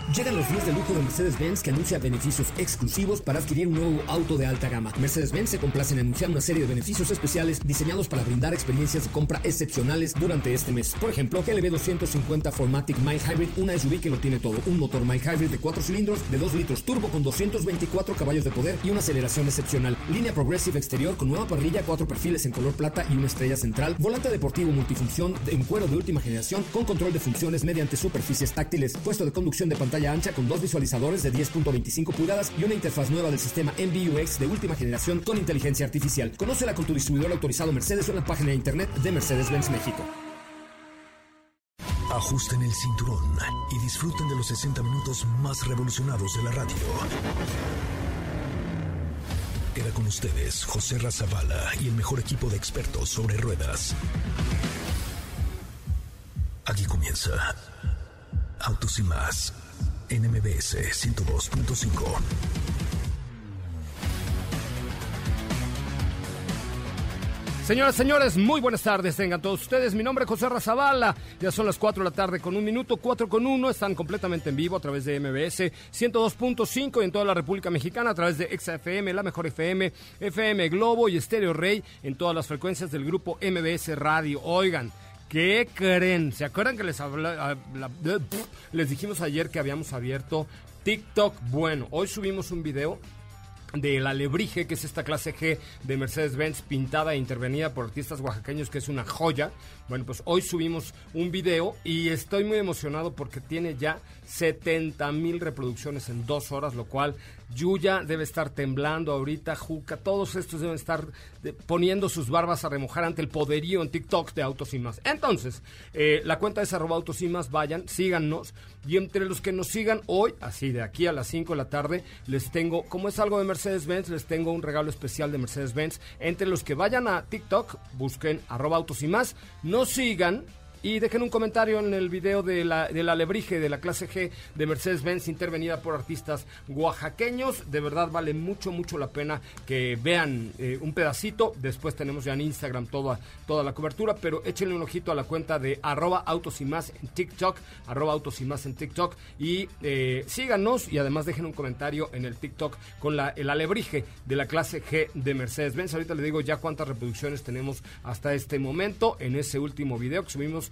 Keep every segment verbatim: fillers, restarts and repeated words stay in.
Llegan los días de lujo de Mercedes-Benz, que anuncia beneficios exclusivos para adquirir un nuevo auto de alta gama. Mercedes-Benz se complace en anunciar una serie de beneficios especiales diseñados para brindar experiencias de compra excepcionales durante este mes. Por ejemplo, G L B doscientos cincuenta cuatro matic Mild Hybrid, una S U V que lo tiene todo. Un motor Mild Hybrid de cuatro cilindros de dos litros turbo con doscientos veinticuatro caballos de poder y una aceleración excepcional. Línea Progressive exterior con nueva parrilla, cuatro perfiles en color plata y una estrella central. Volante deportivo multifunción en cuero de última generación con control de funciones mediante superficies táctiles. Puesto de conducción de pantalla ancha con dos visualizadores de diez punto veinticinco pulgadas y una interfaz nueva del sistema M B U X de última generación con inteligencia artificial. Conócela con tu distribuidor autorizado Mercedes o en la página de internet de Mercedes-Benz México. Ajusten el cinturón y disfruten de los sesenta minutos más revolucionados de la radio. Queda con ustedes José Razabala y el mejor equipo de expertos sobre ruedas. Aquí comienza Autos y Más en M B S ciento dos punto cinco. Señoras, señores, muy buenas tardes, tengan todos ustedes. Mi nombre es José Razabala. Ya son las cuatro de la tarde con un minuto, cuatro con uno. Están completamente en vivo a través de M B S ciento dos punto cinco y en toda la República Mexicana a través de Exa F M, La Mejor F M, F M Globo y Estéreo Rey en todas las frecuencias del grupo M B S Radio. Oigan, ¿qué creen? ¿Se acuerdan que les habla, habla, les dijimos ayer que habíamos abierto TikTok? Bueno, hoy subimos un video del Alebrije, que es esta clase G de Mercedes-Benz pintada e intervenida por artistas oaxaqueños, que es una joya. Bueno, pues hoy subimos un video y estoy muy emocionado porque tiene ya setenta mil reproducciones en dos horas, lo cual Yuya debe estar temblando ahorita, Juca, todos estos deben estar de, poniendo sus barbas a remojar ante el poderío en TikTok de Autos y Más. Entonces, eh, la cuenta es arroba Autos y Más, vayan, síganos, y entre los que nos sigan hoy, así de aquí a las cinco de la tarde, les tengo, como es algo de Mercedes-Benz, les tengo un regalo especial de Mercedes-Benz. Entre los que vayan a TikTok, busquen arroba Autos y Más, nos sigan y dejen un comentario en el video de la, de la Alebrije de la clase G de Mercedes-Benz intervenida por artistas oaxaqueños. De verdad vale mucho, mucho la pena que vean eh, un pedacito. Después tenemos ya en Instagram toda, toda la cobertura, pero échenle un ojito a la cuenta de arroba Autos y Más en TikTok, arroba Autos y Más en TikTok y eh, síganos y además dejen un comentario en el TikTok con la, el Alebrije de la clase G de Mercedes-Benz. Ahorita les digo ya cuántas reproducciones tenemos hasta este momento en ese último video que subimos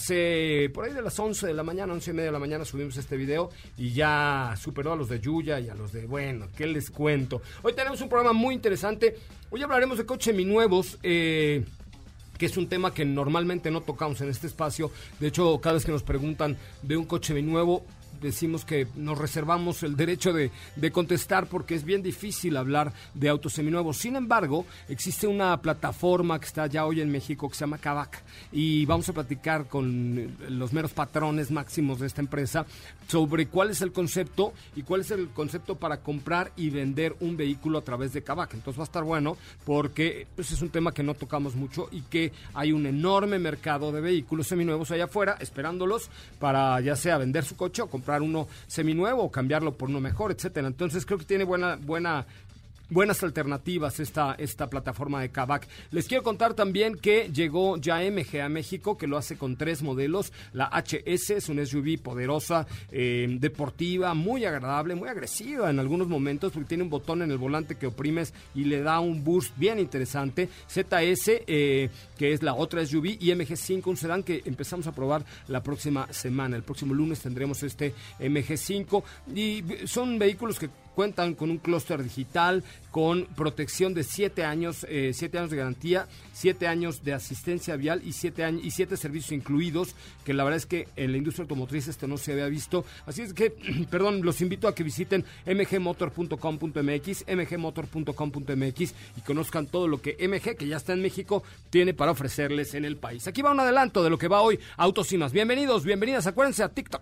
hace por ahí de las once de la mañana, once y media de la mañana subimos este video y ya superó a los de Yuya y a los de, bueno, ¿qué les cuento? Hoy tenemos un programa muy interesante. Hoy hablaremos de coches seminuevos, eh... que es un tema que normalmente no tocamos en este espacio. De hecho, cada vez que nos preguntan de un coche nuevo, decimos que nos reservamos el derecho de, de contestar porque es bien difícil hablar de autos seminuevos. Sin embargo, existe una plataforma que está ya hoy en México que se llama Kavak y vamos a platicar con los meros patrones máximos de esta empresa sobre cuál es el concepto y cuál es el concepto para comprar y vender un vehículo a través de Kavak. Entonces va a estar bueno porque pues, es un tema que no tocamos mucho y que hay un enorme mercado de vehículos seminuevos allá afuera esperándolos para ya sea vender su coche o comprar uno seminuevo o cambiarlo por uno mejor, etcétera. Entonces creo que tiene buena buena buenas alternativas esta, esta plataforma de Kavak. Les quiero contar también que llegó ya M G a México, que lo hace con tres modelos. La H S es una S U V poderosa, eh, deportiva, muy agradable, muy agresiva en algunos momentos, porque tiene un botón en el volante que oprimes y le da un boost bien interesante. Z S, eh, que es la otra S U V, y M G cinco, un sedán que empezamos a probar la próxima semana. El próximo lunes tendremos este M G cinco, y son vehículos que cuentan con un clúster digital, con protección de siete años, eh, siete años de garantía, siete años de asistencia vial y siete años y siete servicios incluidos, que la verdad es que en la industria automotriz esto no se había visto. Así es que, perdón, los invito a que visiten m g motor punto com punto m x, m g motor punto com punto m x y conozcan todo lo que M G, que ya está en México, tiene para ofrecerles en el país. Aquí va un adelanto de lo que va hoy Autos y Más. Bienvenidos, bienvenidas, acuérdense a TikTok.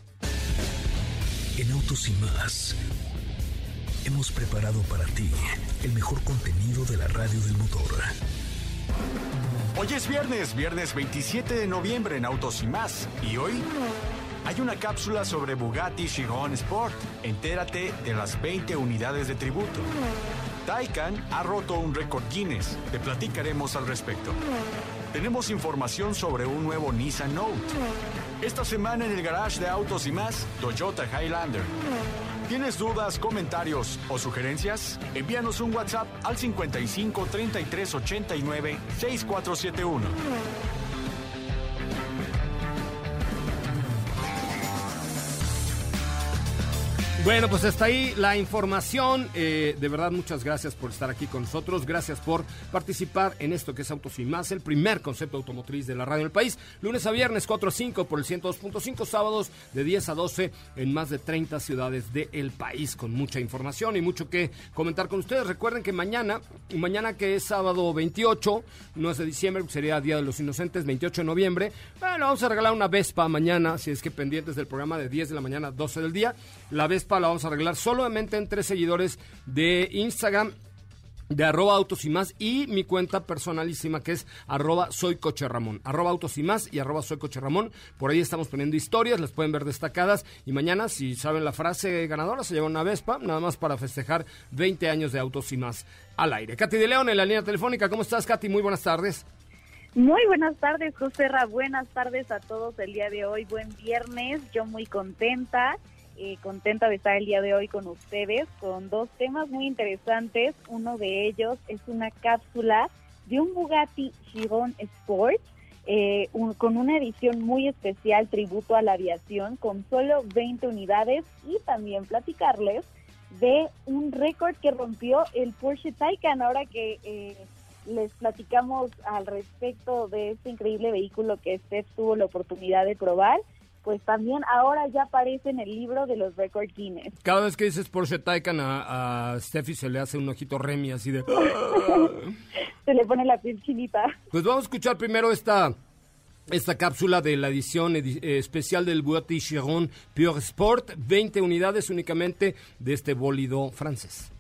En Autos y Más hemos preparado para ti el mejor contenido de la radio del motor. Hoy es viernes, viernes veintisiete de noviembre en Autos y Más. Y hoy hay una cápsula sobre Bugatti Chiron Sport. Entérate de las veinte unidades de tributo. Taycan ha roto un récord Guinness. Te platicaremos al respecto. Tenemos información sobre un nuevo Nissan Note. Esta semana en el garage de Autos y Más, Toyota Highlander. ¿Tienes dudas, comentarios o sugerencias? Envíanos un WhatsApp al cincuenta y cinco, treinta y tres, ochenta y nueve, sesenta y cuatro setenta y uno. Bueno, pues está ahí la información. Eh, de verdad, muchas gracias por estar aquí con nosotros. Gracias por participar en esto que es Autos y Más, el primer concepto automotriz de la radio del país. Lunes a viernes, cuatro a cinco por el ciento dos punto cinco. Sábados de diez a doce en más de treinta ciudades del país, con mucha información y mucho que comentar con ustedes. Recuerden que mañana, mañana que es sábado veintiocho, no es de diciembre, sería Día de los Inocentes, veintiocho de noviembre. Bueno, vamos a regalar una Vespa mañana, si es que pendientes del programa de diez de la mañana a doce del día. La Vespa la vamos a arreglar solamente entre seguidores de Instagram, de arroba autos y más, y mi cuenta personalísima que es arroba soy coche Ramón, arroba autos y más y arroba soy coche Ramón. Por ahí estamos poniendo historias, las pueden ver destacadas, y mañana, si saben la frase ganadora, se lleva una Vespa, nada más para festejar veinte años de Autos y Más al aire. Katy de León en la línea telefónica. ¿Cómo estás, Katy? Muy buenas tardes. Muy buenas tardes, José Ra. Buenas tardes a todos el día de hoy. Buen viernes, yo muy contenta. Eh, contenta de estar el día de hoy con ustedes con dos temas muy interesantes. Uno de ellos es una cápsula de un Bugatti Chiron Sport eh, un, con una edición muy especial, tributo a la aviación, con solo veinte unidades, y también platicarles de un récord que rompió el Porsche Taycan. Ahora que eh, les platicamos al respecto de este increíble vehículo que Steph tuvo la oportunidad de probar, pues también ahora ya aparece en el libro de los récords Guinness. Cada vez que dices Porsche Taycan a, a Steffi se le hace un ojito Remy así de... Se le pone la piel chinita. Pues vamos a escuchar primero esta, esta cápsula de la edición edi- eh, especial del Bugatti Chiron Pure Sport, veinte unidades únicamente de este bólido francés.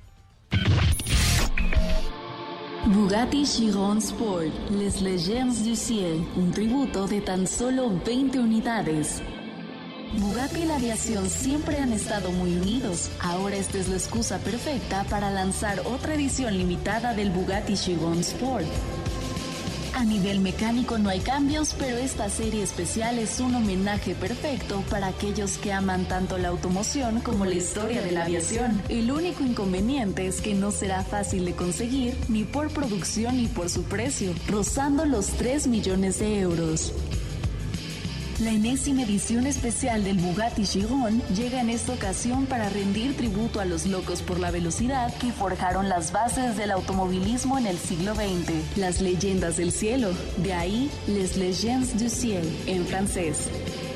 Bugatti Chiron Sport, Les Legends du Ciel, un tributo de tan solo veinte unidades. Bugatti y la aviación siempre han estado muy unidos. Ahora esta es la excusa perfecta para lanzar otra edición limitada del Bugatti Chiron Sport. A nivel mecánico no hay cambios, pero esta serie especial es un homenaje perfecto para aquellos que aman tanto la automoción como la historia de la aviación. El único inconveniente es que no será fácil de conseguir, ni por producción ni por su precio, rozando los tres millones de euros. La enésima edición especial del Bugatti Chiron llega en esta ocasión para rendir tributo a los locos por la velocidad que forjaron las bases del automovilismo en el siglo veinte, las leyendas del cielo, de ahí Les Legends du Ciel, en francés.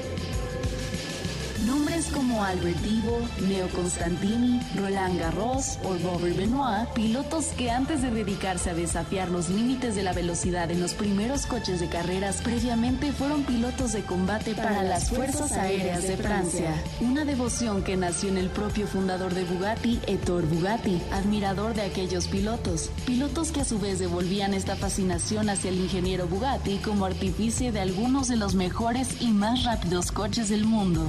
Nombres como Albert Divo, Neo Constantini, Roland Garros o Robert Benoit, pilotos que antes de dedicarse a desafiar los límites de la velocidad en los primeros coches de carreras, previamente fueron pilotos de combate para las Fuerzas Aéreas de Francia. Una devoción que nació en el propio fundador de Bugatti, Ettore Bugatti, admirador de aquellos pilotos. Pilotos que a su vez devolvían esta fascinación hacia el ingeniero Bugatti como artífice de algunos de los mejores y más rápidos coches del mundo.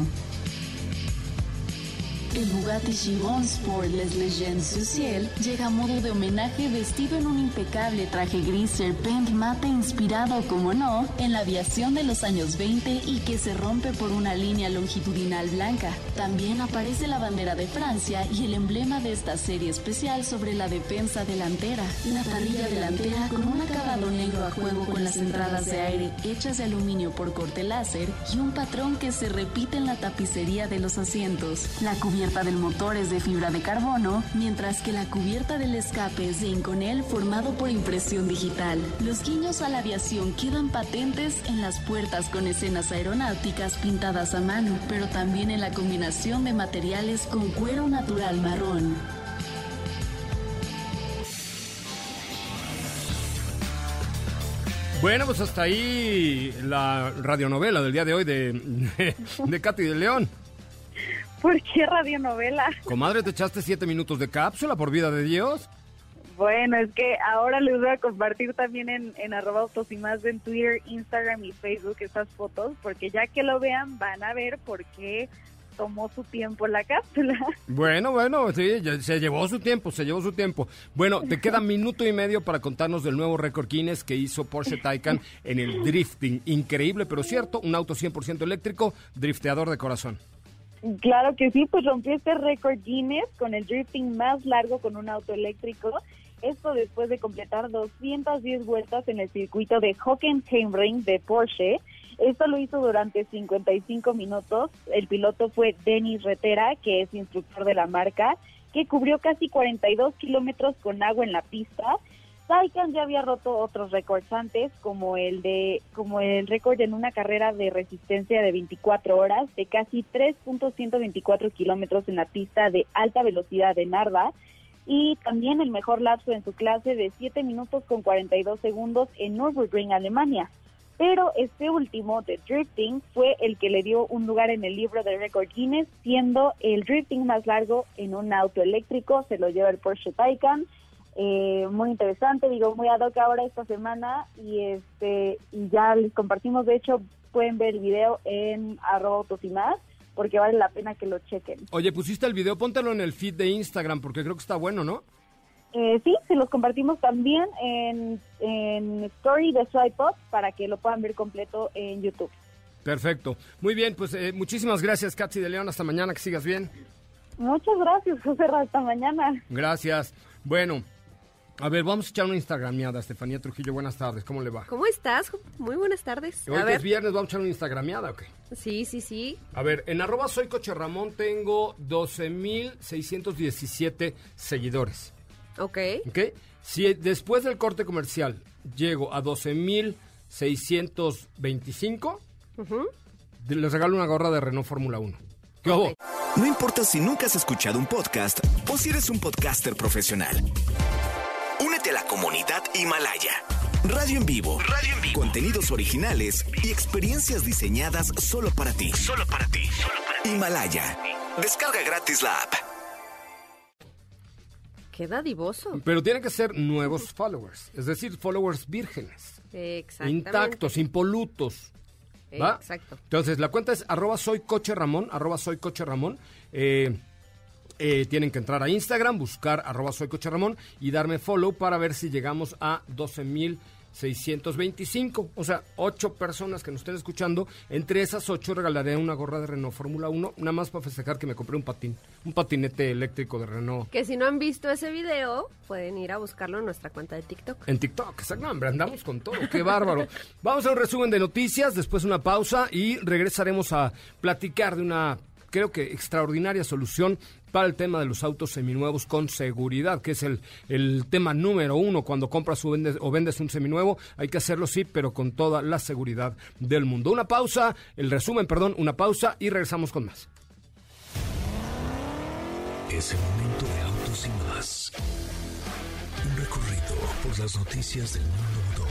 El Bugatti Chiron Sport Les Legends du Ciel llega a modo de homenaje vestido en un impecable traje gris serpent mate inspirado, como no, en la aviación de los años veinte y que se rompe por una línea longitudinal blanca. También aparece la bandera de Francia y el emblema de esta serie especial sobre la defensa delantera. La parrilla delantera con un acabado negro a juego con las entradas de aire hechas de aluminio por corte láser y un patrón que se repite en la tapicería de los asientos. La cubierta del motor es de fibra de carbono, mientras que la cubierta del escape es de Inconel formado por impresión digital. Los guiños a la aviación quedan patentes en las puertas con escenas aeronáuticas pintadas a mano, pero también en la combinación de materiales con cuero natural marrón. Bueno, pues hasta ahí la radionovela del día de hoy de, de, de Katy de León. ¿Por qué radionovela? Comadre, ¿te echaste siete minutos de cápsula, por vida de Dios? Bueno, es que ahora les voy a compartir también en, en arroba autos y más en Twitter, Instagram y Facebook estas fotos, porque ya que lo vean van a ver por qué tomó su tiempo la cápsula. Bueno, bueno, sí, se llevó su tiempo, se llevó su tiempo. Bueno, te queda minuto y medio para contarnos del nuevo récord Guinness que hizo Porsche Taycan en el drifting. Increíble, pero cierto, un auto cien por ciento eléctrico, drifteador de corazón. Claro que sí, pues rompió este récord Guinness con el drifting más largo con un auto eléctrico. Esto después de completar doscientas diez vueltas en el circuito de Hockenheimring de Porsche. Esto lo hizo durante cincuenta y cinco minutos. El piloto fue Denis Retera, que es instructor de la marca, que cubrió casi cuarenta y dos kilómetros con agua en la pista. Taycan ya había roto otros récords antes, como el de como el récord en una carrera de resistencia de veinticuatro horas, de casi tres punto ciento veinticuatro kilómetros en la pista de alta velocidad de Narva, y también el mejor lapso en su clase de siete minutos con cuarenta y dos segundos en Nürburgring, Alemania. Pero este último, de drifting, fue el que le dio un lugar en el libro de récord Guinness, siendo el drifting más largo en un auto eléctrico. Se lo lleva el Porsche Taycan. Eh, muy interesante, digo, muy ad hoc ahora esta semana, y este y ya les compartimos. De hecho, pueden ver el video en arroba autos y más, porque vale la pena que lo chequen. Oye, pusiste el video, póntelo en el feed de Instagram, porque creo que está bueno, ¿no? Eh, sí, se los compartimos también en, en Story de Swipe Up para que lo puedan ver completo en YouTube. Perfecto. Muy bien, pues eh, muchísimas gracias, Katsi de León. Hasta mañana, que sigas bien. Muchas gracias, José. Hasta mañana. Gracias. Bueno, a ver, vamos a echar una instagrameada. Estefanía Trujillo, buenas tardes. ¿Cómo le va? ¿Cómo estás? Muy buenas tardes. Hoy a que ver. es viernes, ¿vamos a echar una instagrameada o qué? Sí, sí, sí. A ver, en arroba soy Coche Ramón tengo doce mil seiscientos diecisiete seguidores. Ok. ¿Ok? Si después del corte comercial llego a doce mil seiscientos veinticinco, Uh-huh. les regalo una gorra de Renault Fórmula uno. ¿Qué Ok. hubo? No importa si nunca has escuchado un podcast o si eres un podcaster profesional. Únete a la comunidad Himalaya. Radio en vivo. Radio en vivo. Contenidos originales y experiencias diseñadas solo para ti. Solo para ti. Solo para ti. Himalaya. Descarga gratis la app. Qué dadivoso. Pero tienen que ser nuevos followers, es decir, followers vírgenes, Exactamente. intactos, impolutos. ¿Va? Exacto. Entonces, la cuenta es arroba soy coche Ramón, arroba soy coche Ramón. Eh, eh, tienen que entrar a Instagram, buscar arroba soy coche Ramón y darme follow para ver si llegamos a doce mil seiscientos veinticinco. O sea, ocho personas que nos estén escuchando. Entre esas ocho regalaré una gorra de Renault Fórmula uno, nada más para festejar que me compré un patín, un patinete eléctrico de Renault. Que si no han visto ese video, pueden ir a buscarlo en nuestra cuenta de TikTok. En TikTok, exacto, hombre, andamos con todo, qué bárbaro. Vamos a un resumen de noticias, después una pausa y regresaremos a platicar de una, creo que extraordinaria solución para el tema de los autos seminuevos con seguridad, que es el, el tema número uno. Cuando compras o vendes, o vendes un seminuevo, hay que hacerlo, sí, pero con toda la seguridad del mundo. Una pausa, el resumen, perdón, una pausa y regresamos con más. Es el momento de Autos y Más. Un recorrido por las noticias del mundo motor.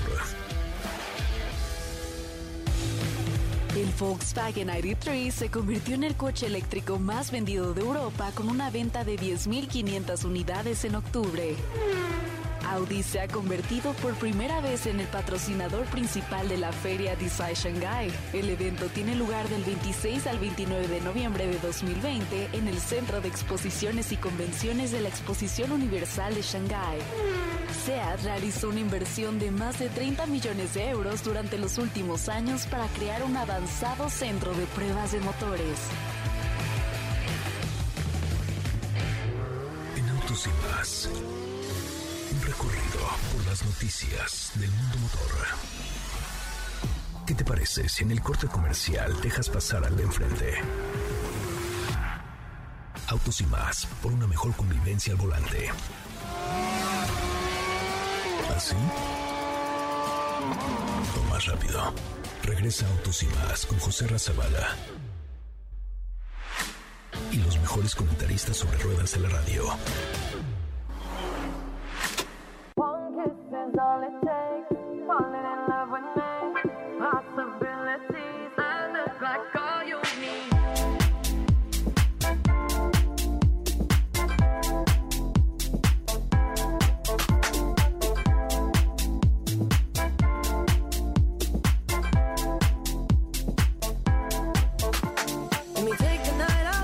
El Volkswagen I D tres se convirtió en el coche eléctrico más vendido de Europa con una venta de diez mil quinientas unidades en octubre. Audi se ha convertido por primera vez en el patrocinador principal de la feria Design Shanghai. El evento tiene lugar del veintiséis al veintinueve de noviembre de dos mil veinte en el Centro de Exposiciones y Convenciones de la Exposición Universal de Shanghái. SEAT realizó una inversión de más de treinta millones de euros durante los últimos años para crear un avanzado centro de pruebas de motores. En Autos y Más. Un recorrido por las noticias del mundo motor. ¿Qué te parece si en el corte comercial dejas pasar al de enfrente? Autos y Más, por una mejor convivencia al volante. ¿Así? O más rápido. Regresa Autos y Más con José Razabala. Y los mejores comentaristas sobre ruedas de la radio. Let me take the night off.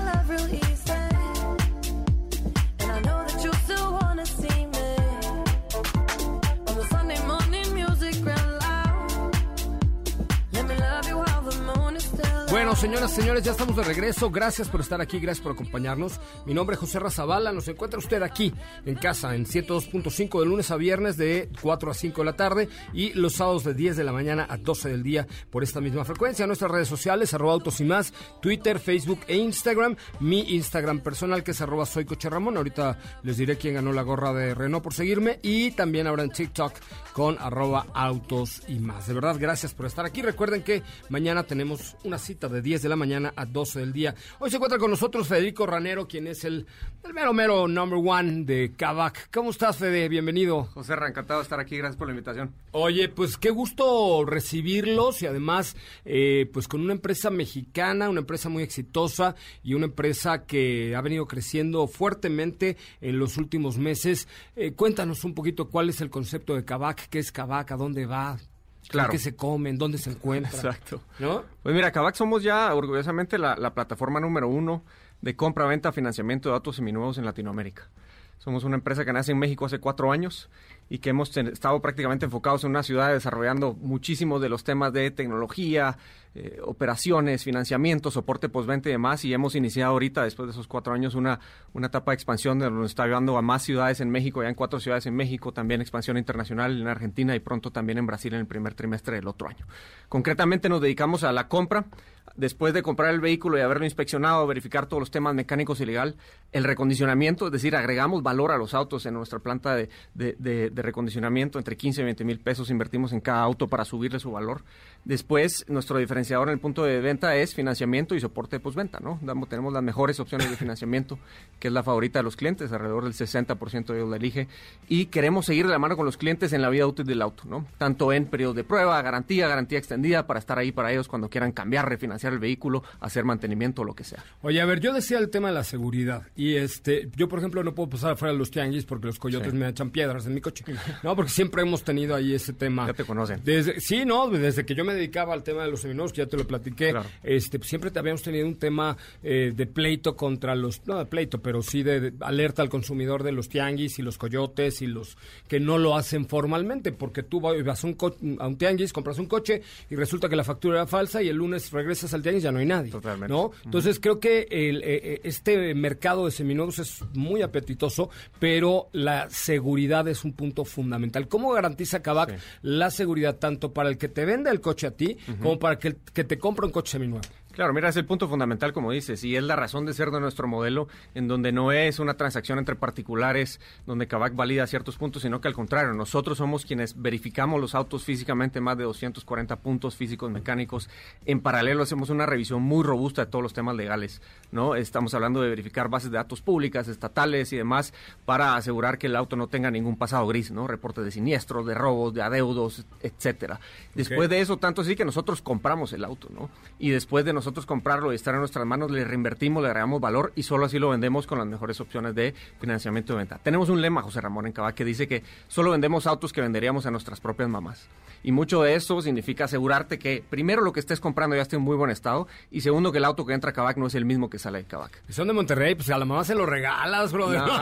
Bueno, señoras, señores, ya estamos de regreso. Gracias por estar aquí, gracias por acompañarnos. Mi nombre es José Razabala. Nos encuentra usted aquí en casa en ciento dos punto cinco de lunes a viernes de cuatro a cinco de la tarde y los sábados de diez de la mañana a doce del día por esta misma frecuencia. Nuestras redes sociales, arroba autos y más, Twitter, Facebook e Instagram. Mi Instagram personal que es arroba soy Coche Ramón. Ahorita les diré quién ganó la gorra de Renault por seguirme. Y también habrá en TikTok con arroba autos y más. De verdad, gracias por estar aquí. Recuerden que mañana tenemos una cita de diez de la mañana a doce del día. Hoy se encuentra con nosotros Federico Ranero, quien es el, el mero mero number one de Kavak. ¿Cómo estás, Fede? Bienvenido. José, encantado de estar aquí, gracias por la invitación. Oye, pues qué gusto recibirlos y además eh, pues con una empresa mexicana, una empresa muy exitosa y una empresa que ha venido creciendo fuertemente en los últimos meses. Eh, cuéntanos un poquito cuál es el concepto de Kavak, qué es Kavak, a dónde va. Claro. ¿Qué se comen? ¿Dónde se encuentra? Exacto. ¿No? Pues mira, Kavak somos ya orgullosamente la, la plataforma número uno de compra, venta, financiamiento de autos seminuevos en Latinoamérica. Somos una empresa que nace en México hace cuatro años y que hemos ten, estado prácticamente enfocados en una ciudad desarrollando muchísimos de los temas de tecnología, eh, operaciones, financiamiento, soporte postventa y demás. Y hemos iniciado ahorita, después de esos cuatro años, una, una etapa de expansión donde nos está llevando a más ciudades en México, ya en cuatro ciudades en México, también expansión internacional en Argentina y pronto también en Brasil en el primer trimestre del otro año. Concretamente nos dedicamos a la compra. Después de comprar el vehículo y haberlo inspeccionado, verificar todos los temas mecánicos y legal, el recondicionamiento, es decir, agregamos valor a los autos en nuestra planta de, de, de, de recondicionamiento, entre quince y veinte mil pesos invertimos en cada auto para subirle su valor. Después, nuestro diferenciador en el punto de venta es financiamiento y soporte de postventa, ¿no? Damos, tenemos las mejores opciones de financiamiento, que es la favorita de los clientes, alrededor del sesenta por ciento de ellos la elige, y queremos seguir de la mano con los clientes en la vida útil del auto, ¿no? Tanto en periodos de prueba, garantía, garantía extendida, para estar ahí para ellos cuando quieran cambiar, refinanciar el vehículo, hacer mantenimiento o lo que sea. Oye, a ver, yo decía el tema de la seguridad y este, yo por ejemplo no puedo pasar afuera de los tianguis porque los coyotes sí. me echan piedras en mi coche, no, porque siempre hemos tenido ahí ese tema. Ya te conocen. Desde, sí, no, desde que yo me dedicaba al tema de los seminuevos, que ya te lo platiqué, claro. este, pues, siempre habíamos tenido un tema eh, de pleito contra los, no de pleito, pero sí de, de alerta al consumidor de los tianguis y los coyotes y los que no lo hacen formalmente, porque tú vas a un, co- a un tianguis, compras un coche y resulta que la factura era falsa y el lunes regresas al tianguis y ya no hay nadie. Totalmente. ¿No? Entonces uh-huh. creo que el, eh, este mercado de seminuevos es muy apetitoso, pero la seguridad es un punto fundamental. ¿Cómo garantiza Kavak sí. la seguridad tanto para el que te vende el coche a ti uh-huh. como para que, el, que te compra un coche seminuevo? Claro, mira, es el punto fundamental, como dices, y es la razón de ser de nuestro modelo, en donde no es una transacción entre particulares, donde Kavak valida ciertos puntos, sino que al contrario, nosotros somos quienes verificamos los autos físicamente, más de doscientos cuarenta puntos físicos mecánicos. En paralelo hacemos una revisión muy robusta de todos los temas legales, ¿no? Estamos hablando de verificar bases de datos públicas, estatales y demás, para asegurar que el auto no tenga ningún pasado gris, ¿no? Reportes de siniestros, de robos, de adeudos, etcétera. Después okay. de eso, tanto así que nosotros compramos el auto, ¿no? Y después de nosotros comprarlo y estar en nuestras manos, le reinvertimos, le agregamos valor y solo así lo vendemos con las mejores opciones de financiamiento y venta. Tenemos un lema, José Ramón, en Kavak, que dice que solo vendemos autos que venderíamos a nuestras propias mamás. Y mucho de eso significa asegurarte que, primero, lo que estés comprando ya esté en muy buen estado y, segundo, que el auto que entra a Kavak no es el mismo que sale de Kavak. Son de Monterrey, pues a la mamá se lo regalas, bro. No, no,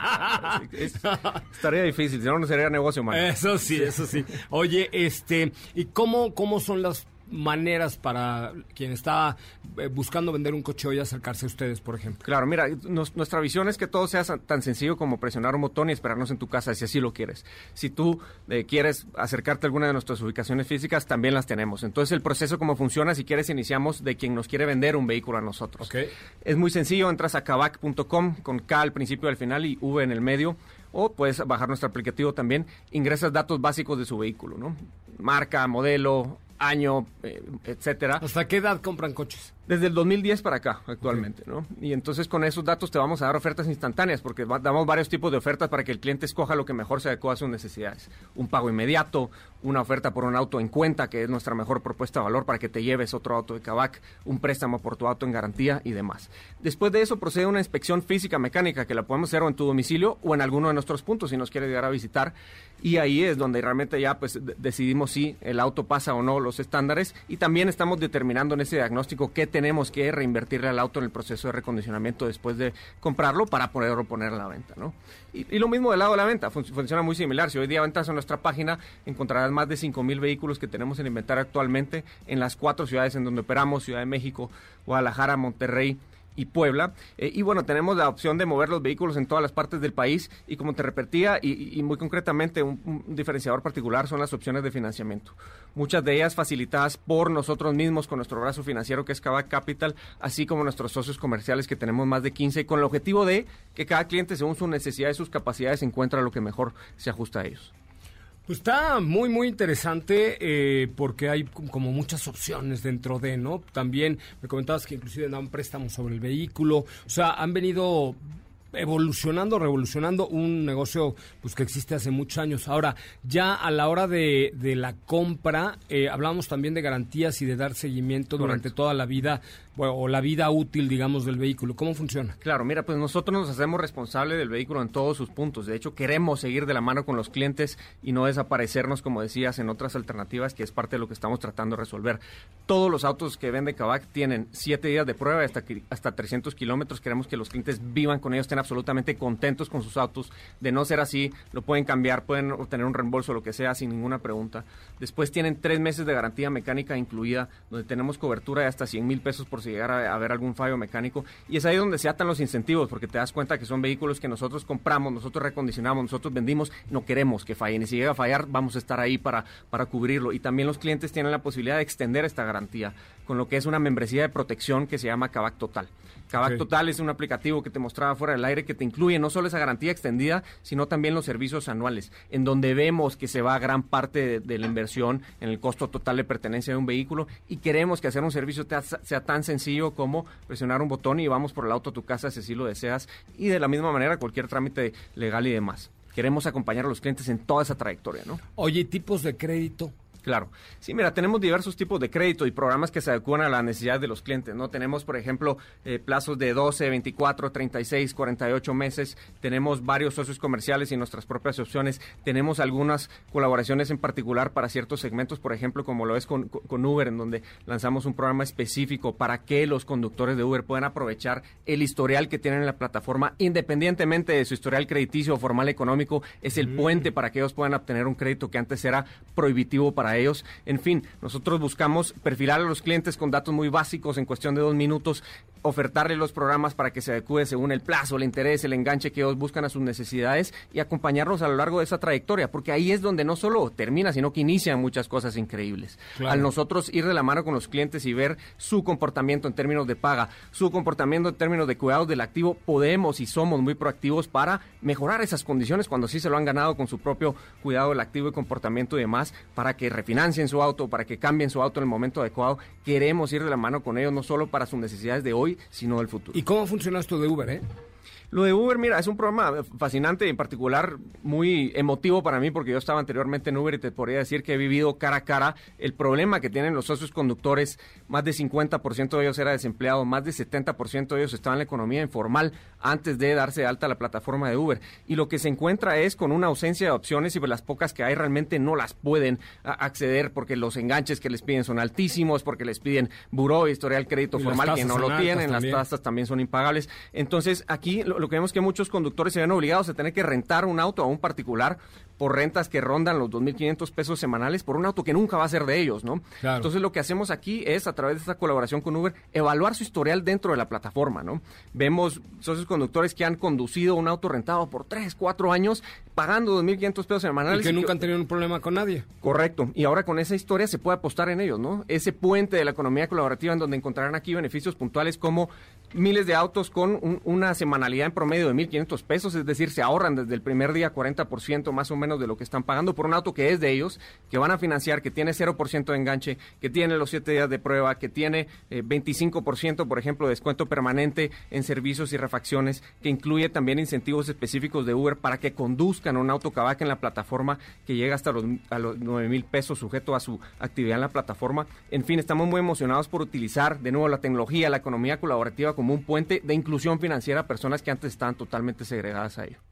no, es, estaría difícil, si no, no sería negocio, man. Eso sí, eso sí. Oye, este, ¿y cómo, cómo son las maneras para quien está buscando vender un coche hoy acercarse a ustedes, por ejemplo? Claro, mira, nos, nuestra visión es que todo sea tan sencillo como presionar un botón y esperarnos en tu casa, si así lo quieres. Si tú eh, quieres acercarte a alguna de nuestras ubicaciones físicas, también las tenemos. Entonces, el proceso, cómo funciona, si quieres, iniciamos de quien nos quiere vender un vehículo a nosotros. Okay. Es muy sencillo, entras a kavak punto com con K al principio y al final y V en el medio, o puedes bajar nuestro aplicativo también, ingresas datos básicos de su vehículo, ¿no? Marca, modelo, año, eh, etcétera. ¿Hasta qué edad compran coches? Desde el dos mil diez para acá, actualmente, okay. ¿no? Y entonces con esos datos te vamos a dar ofertas instantáneas, porque va, damos varios tipos de ofertas para que el cliente escoja lo que mejor se adecua a sus necesidades. Un pago inmediato, una oferta por un auto en cuenta, que es nuestra mejor propuesta de valor para que te lleves otro auto de Kavak, un préstamo por tu auto en garantía y demás. Después de eso procede una inspección física mecánica, que la podemos hacer o en tu domicilio o en alguno de nuestros puntos si nos quieres llegar a visitar. Y ahí es donde realmente ya pues decidimos decidimos si el auto pasa o no los estándares, y también estamos determinando en ese diagnóstico qué tenemos que reinvertirle al auto en el proceso de recondicionamiento después de comprarlo para poderlo poner a la venta, ¿no? Y, y lo mismo del lado de la venta, fun- funciona muy similar. Si hoy día entras a nuestra página, encontrarás más de cinco mil vehículos que tenemos en inventario actualmente en las cuatro ciudades en donde operamos: Ciudad de México, Guadalajara, Monterrey y Puebla. Eh, y bueno, tenemos la opción de mover los vehículos en todas las partes del país, y como te repetía, y, y muy concretamente un, un diferenciador particular son las opciones de financiamiento. Muchas de ellas facilitadas por nosotros mismos con nuestro brazo financiero que es Kavak Capital, así como nuestros socios comerciales, que tenemos más de quince, con el objetivo de que cada cliente, según su necesidad y sus capacidades, encuentre lo que mejor se ajusta a ellos. Pues está muy, muy interesante eh, porque hay como muchas opciones dentro de, ¿no? También me comentabas que inclusive dan préstamos sobre el vehículo. O sea, han venido evolucionando, revolucionando un negocio pues que existe hace muchos años. Ahora, ya a la hora de, de la compra, eh, hablamos también de garantías y de dar seguimiento durante Correcto. toda la vida, bueno, o la vida útil, digamos, del vehículo. ¿Cómo funciona? Claro, mira, pues nosotros nos hacemos responsable del vehículo en todos sus puntos. De hecho, queremos seguir de la mano con los clientes y no desaparecernos, como decías, en otras alternativas, que es parte de lo que estamos tratando de resolver. Todos los autos que vende Kavak tienen siete días de prueba, hasta, hasta trescientos kilómetros. Queremos que los clientes vivan con ellos, estén absolutamente contentos con sus autos. De no ser así, lo pueden cambiar, pueden obtener un reembolso, lo que sea, sin ninguna pregunta. Después tienen tres meses de garantía mecánica incluida, donde tenemos cobertura de hasta cien mil pesos por si llegara a haber algún fallo mecánico. Y es ahí donde se atan los incentivos, porque te das cuenta que son vehículos que nosotros compramos, nosotros recondicionamos, nosotros vendimos, no queremos que fallen. Y si llega a fallar, vamos a estar ahí para, para cubrirlo. Y también los clientes tienen la posibilidad de extender esta garantía, con lo que es una membresía de protección que se llama Kavak Total. Kavak okay. Total es un aplicativo que te mostraba fuera del aire, que te incluye no solo esa garantía extendida, sino también los servicios anuales, en donde vemos que se va gran parte de, de la inversión en el costo total de pertenencia de un vehículo, y queremos que hacer un servicio te, sea tan sencillo como presionar un botón y vamos por el auto a tu casa si así lo deseas, y de la misma manera cualquier trámite legal y demás. Queremos acompañar a los clientes en toda esa trayectoria, ¿no? Oye, ¿tipos de crédito? Claro. Sí, mira, tenemos diversos tipos de crédito y programas que se adecuan a la necesidad de los clientes, ¿no? Tenemos, por ejemplo, eh, plazos de doce, veinticuatro, treinta y seis, cuarenta y ocho meses. Tenemos varios socios comerciales y nuestras propias opciones. Tenemos algunas colaboraciones en particular para ciertos segmentos, por ejemplo, como lo es con, con Uber, en donde lanzamos un programa específico para que los conductores de Uber puedan aprovechar el historial que tienen en la plataforma, independientemente de su historial crediticio o formal económico. Es el mm. puente para que ellos puedan obtener un crédito que antes era prohibitivo para ellos. En fin, nosotros buscamos perfilar a los clientes con datos muy básicos en cuestión de dos minutos, ofertarles los programas para que se adecue según el plazo, el interés, el enganche que ellos buscan a sus necesidades, y acompañarlos a lo largo de esa trayectoria, porque ahí es donde no solo termina, sino que inician muchas cosas increíbles. Claro. Al nosotros ir de la mano con los clientes y ver su comportamiento en términos de paga, su comportamiento en términos de cuidados del activo, podemos y somos muy proactivos para mejorar esas condiciones cuando sí se lo han ganado con su propio cuidado del activo y comportamiento y demás, para que refinancien su auto, para que cambien su auto en el momento adecuado. Queremos ir de la mano con ellos, no solo para sus necesidades de hoy, sino del futuro. ¿Y cómo funciona esto de Uber, eh? Lo de Uber, mira, es un programa fascinante y en particular muy emotivo para mí, porque yo estaba anteriormente en Uber y te podría decir que he vivido cara a cara el problema que tienen los socios conductores. Más de cincuenta por ciento de ellos era desempleado, más de setenta por ciento de ellos estaban en la economía informal antes de darse de alta a la plataforma de Uber. Y lo que se encuentra es con una ausencia de opciones, y las pocas que hay realmente no las pueden acceder porque los enganches que les piden son altísimos, porque les piden buró, historial crédito y formal que no lo tienen, las tasas también son impagables. Entonces aquí lo, lo que vemos es que muchos conductores se ven obligados a tener que rentar un auto a un particular por rentas que rondan los dos mil quinientos pesos semanales por un auto que nunca va a ser de ellos, ¿no? Claro. Entonces lo que hacemos aquí es, a través de esta colaboración con Uber, evaluar su historial dentro de la plataforma, ¿no? Vemos socios conductores que han conducido un auto rentado por tres, cuatro años, pagando dos mil quinientos pesos semanales. Y que y nunca que... han tenido un problema con nadie. Correcto. Y ahora con esa historia se puede apostar en ellos, ¿no? Ese puente de la economía colaborativa en donde encontrarán aquí beneficios puntuales como miles de autos con un, una semanalidad en promedio de mil quinientos pesos, es decir, se ahorran desde el primer día cuarenta por ciento más o menos de lo que están pagando por un auto que es de ellos, que van a financiar, que tiene cero por ciento de enganche, que tiene los siete días de prueba, que tiene eh, veinticinco por ciento, por ejemplo, de descuento permanente en servicios y refacciones, que incluye también incentivos específicos de Uber para que conduzcan un auto Kavak en la plataforma, que llega hasta los, a los nueve mil pesos sujeto a su actividad en la plataforma. En fin, estamos muy emocionados por utilizar de nuevo la tecnología, la economía colaborativa como un puente de inclusión financiera a personas que antes estaban totalmente segregadas a ello.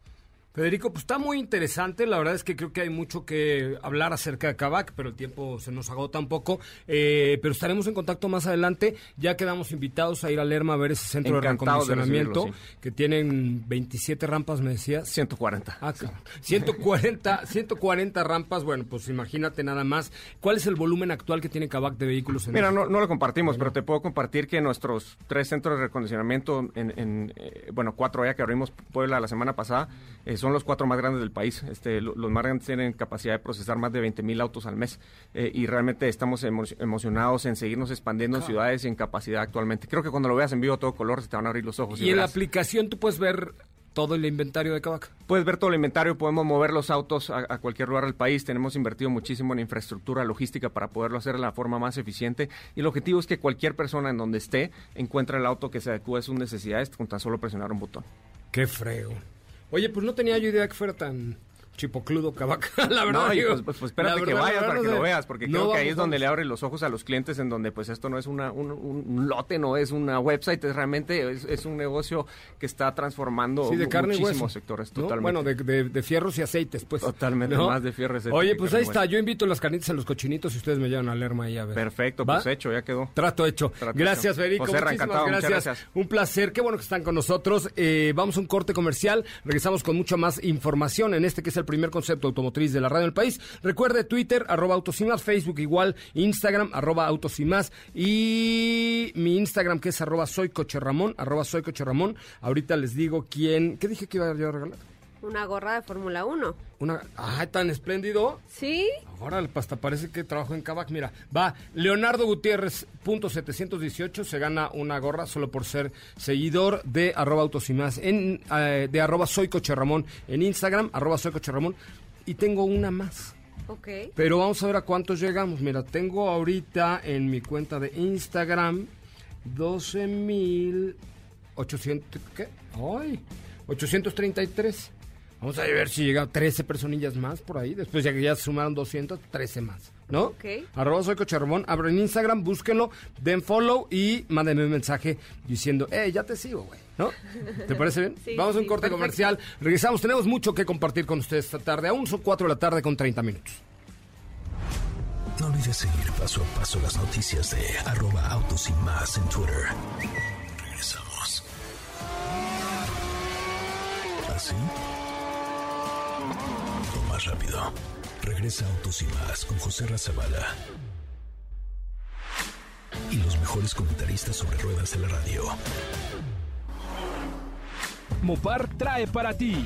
Federico, pues está muy interesante. La verdad es que creo que hay mucho que hablar acerca de Kavak, pero el tiempo se nos agota un poco. Eh, pero estaremos en contacto más adelante. Ya quedamos invitados a ir a Lerma a ver ese centro Encantado de reacondicionamiento, de sí. que tienen veintisiete rampas, me decías. ciento cuarenta. Ah, claro. ciento cuarenta, ciento cuarenta rampas. Bueno, pues imagínate nada más. ¿Cuál es el volumen actual que tiene Kavak de vehículos en Mira, México? no, no lo compartimos, pero te puedo compartir que nuestros tres centros de reacondicionamiento, en, en eh, bueno, cuatro ya que abrimos Puebla la semana pasada, eh, son los cuatro más grandes del país. Este, lo, los más grandes tienen capacidad de procesar más de veinte mil autos al mes. Eh, y realmente estamos emo emocionados en seguirnos expandiendo en ciudades y en capacidad actualmente. Creo que cuando lo veas en vivo a todo color se te van a abrir los ojos. Y, y en la verás. aplicación tú puedes ver todo el inventario de Kavak. Puedes ver todo el inventario, podemos mover los autos a, a cualquier lugar del país. Tenemos invertido muchísimo en infraestructura logística para poderlo hacer de la forma más eficiente. Y el objetivo es que cualquier persona en donde esté encuentre el auto que se adecue a sus necesidades con tan solo presionar un botón. ¡Qué frego! Oye, pues no tenía yo idea que fuera tan chipocludo Kavak, la verdad. No, y digo, pues, pues, pues espérate verdad, que vayas verdad, para no que sé. lo veas, porque No, creo que ahí vamos, es donde vamos. le abre los ojos a los clientes, en donde pues esto no es una, un, un- un lote, no es una website, es realmente es, es un negocio que está transformando Sí, de carne y muchísimos hueso, sectores, ¿no? totalmente. Bueno, de, de- de fierros y aceites, pues. Totalmente, ¿no? más de fierros y aceites Oye, que pues carne ahí y está. hueso. Yo invito las carnitas a los cochinitos y ustedes me llevan a Lerma ahí a ver. Perfecto, ¿Va? pues hecho, ya quedó. Trato hecho. Trato gracias, hecho. Federico. José Ra, Muchísimas encantado, muchas gracias. gracias. Un placer. Qué bueno que están con nosotros. Eh, vamos a un corte comercial. Regresamos con mucha más información en este que es el primer concepto automotriz de la radio del país. Recuerde Twitter, arroba Autos y Más, Facebook igual, Instagram, arroba Autos y Más, y mi Instagram que es arroba Soy Coche Ramón, arroba Soy Coche Ramón. Ahorita les digo quién... ¿Qué dije que iba yo a regalar? Una gorra de Fórmula uno. Una... ¡Ay, tan espléndido! ¿Sí? Ahora hasta parece que trabajo en Kavak. Mira, va Leonardo Gutiérrez, punto setecientos dieciocho, se gana una gorra solo por ser seguidor de arroba Autos y Más, en, eh, de arroba Soy Coche Ramón en Instagram, arroba Soy Coche Ramón, y tengo una más. Ok. Pero vamos a ver a cuántos llegamos. Mira, tengo ahorita en mi cuenta de Instagram doce mil ochocientos... ¿Qué? ¡Ay! ochocientos treinta y tres. Vamos a ver si llega trece personillas más por ahí. Después ya que ya se sumaron doscientos, trece más, ¿no? Ok. Arroba Soy Coche Ramón. Abren Instagram, búsquenlo, den follow y mándenme un mensaje diciendo, eh, ya te sigo, güey, ¿no? ¿Te parece bien? Sí, Vamos a un sí, corte perfecto. comercial. Regresamos. Tenemos mucho que compartir con ustedes esta tarde. Aún son cuatro de la tarde con treinta minutos. No olvides seguir paso a paso las noticias de arroba Autos y Más en Twitter. Regresamos. ¿Así? O más rápido. Regresa Autos y Más con José Razabala. Y los mejores comentaristas sobre ruedas de la radio. Mopar trae para ti.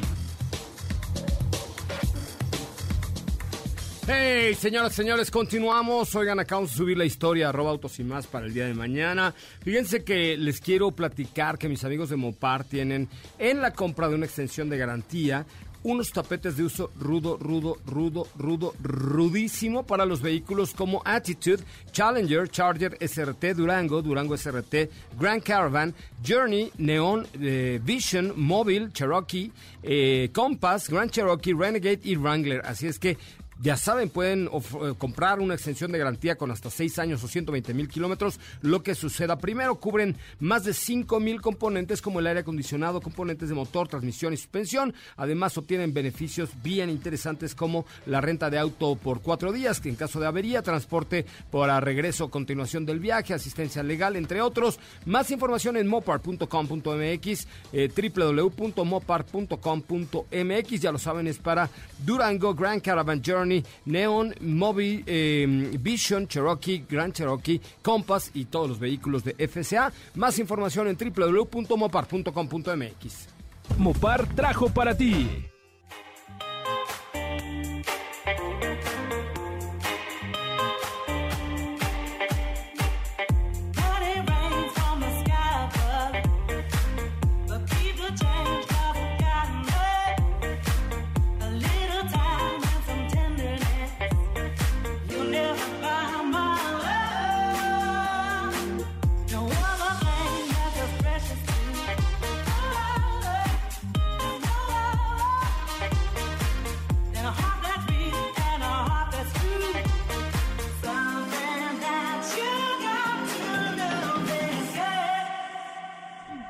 Hey, señoras y señores, continuamos. Oigan, acabamos de subir la historia arroba Autos y Más para el día de mañana. Fíjense que les quiero platicar que mis amigos de Mopar tienen en la compra de una extensión de garantía unos tapetes de uso rudo, rudo, rudo, rudo, rudísimo para los vehículos como Attitude, Challenger, Charger S R T, Durango, Durango S R T, Grand Caravan, Journey, Neon, eh, Vision, Mobile, Cherokee, eh, Compass, Grand Cherokee, Renegade y Wrangler. Así es que ya saben, pueden of- eh, comprar una extensión de garantía con hasta seis años o ciento veinte mil kilómetros. Lo que suceda primero, cubren más de cinco mil componentes como el aire acondicionado, componentes de motor, transmisión y suspensión. Además, obtienen beneficios bien interesantes como la renta de auto por cuatro días, que en caso de avería, transporte para regreso o continuación del viaje, asistencia legal, entre otros. Más información en mopar punto com punto m x, eh, doble u doble u doble u punto mopar punto com punto m x. Ya lo saben, es para Durango, Grand Caravan, Journey, Neon, Mobile, eh, Vision, Cherokee, Grand Cherokee, Compass y todos los vehículos de F C A. Más información en doble u doble u doble u punto mopar punto com punto m x. Mopar trajo para ti.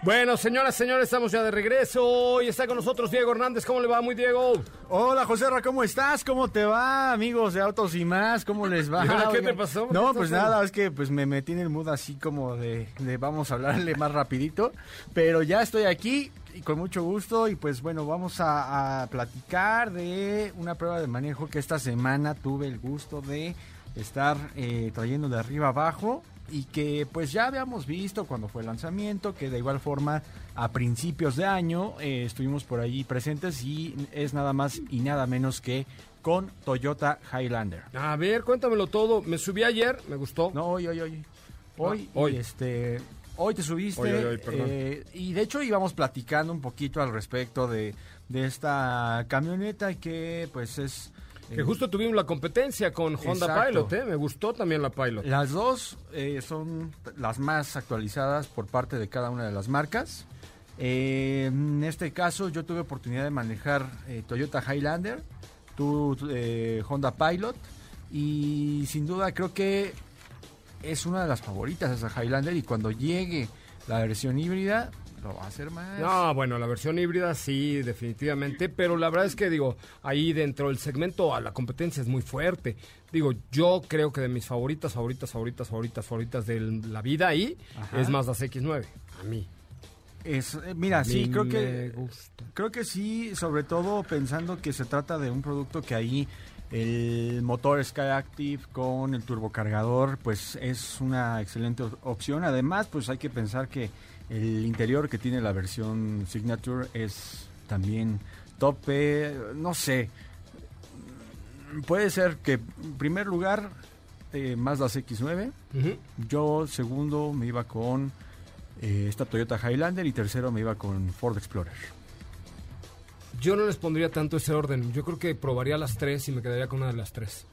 Bueno, señoras, señores, estamos ya de regreso y está con nosotros Diego Hernández. ¿Cómo le va, muy Diego? Hola, Joserra, ¿cómo estás? ¿Cómo te va, amigos de Autos y Más? ¿Cómo les va? ¿Y ahora qué te pasó? No, ¿Qué pues estás nada, es que pues me metí en el mood así como de, de vamos a hablarle más rapidito, pero ya estoy aquí y con mucho gusto y pues bueno, vamos a, a platicar de una prueba de manejo que esta semana tuve el gusto de estar eh, trayendo de arriba abajo. Y que pues ya habíamos visto cuando fue el lanzamiento, que de igual forma a principios de año eh, estuvimos por allí presentes y es nada más y nada menos que con Toyota Highlander. A ver, cuéntamelo todo. Me subí ayer, me gustó. No, hoy, hoy, hoy. Hoy, ah, hoy. este, hoy te subiste hoy, hoy, hoy, perdón. Eh, y de hecho íbamos platicando un poquito al respecto de, de esta camioneta que pues es... Que justo tuvimos la competencia con Honda Exacto. Pilot, ¿eh? Me gustó también la Pilot. Las dos eh, son las más actualizadas por parte de cada una de las marcas. Eh, en este caso yo tuve oportunidad de manejar eh, Toyota Highlander, tu eh, Honda Pilot y sin duda creo que es una de las favoritas esa Highlander y cuando llegue la versión híbrida lo va a hacer más. No, bueno, la versión híbrida sí, definitivamente, pero la verdad es que, digo, ahí dentro del segmento a la competencia es muy fuerte. Digo, yo creo que de mis favoritas, favoritas, favoritas, favoritas, favoritas de la vida ahí, Ajá. es Mazda C X nueve, a mí. Es, eh, mira, a sí, creo que gusta. creo que sí, sobre todo pensando que se trata de un producto que ahí el motor Skyactiv con el turbocargador, pues es una excelente opción. Además, pues hay que pensar que el interior que tiene la versión Signature es también tope, no sé. Puede ser que en primer lugar eh, Mazda C X nueve, uh-huh. yo segundo me iba con eh, esta Toyota Highlander y tercero me iba con Ford Explorer. Yo no les pondría tanto ese orden, yo creo que probaría las tres y me quedaría con una de las tres.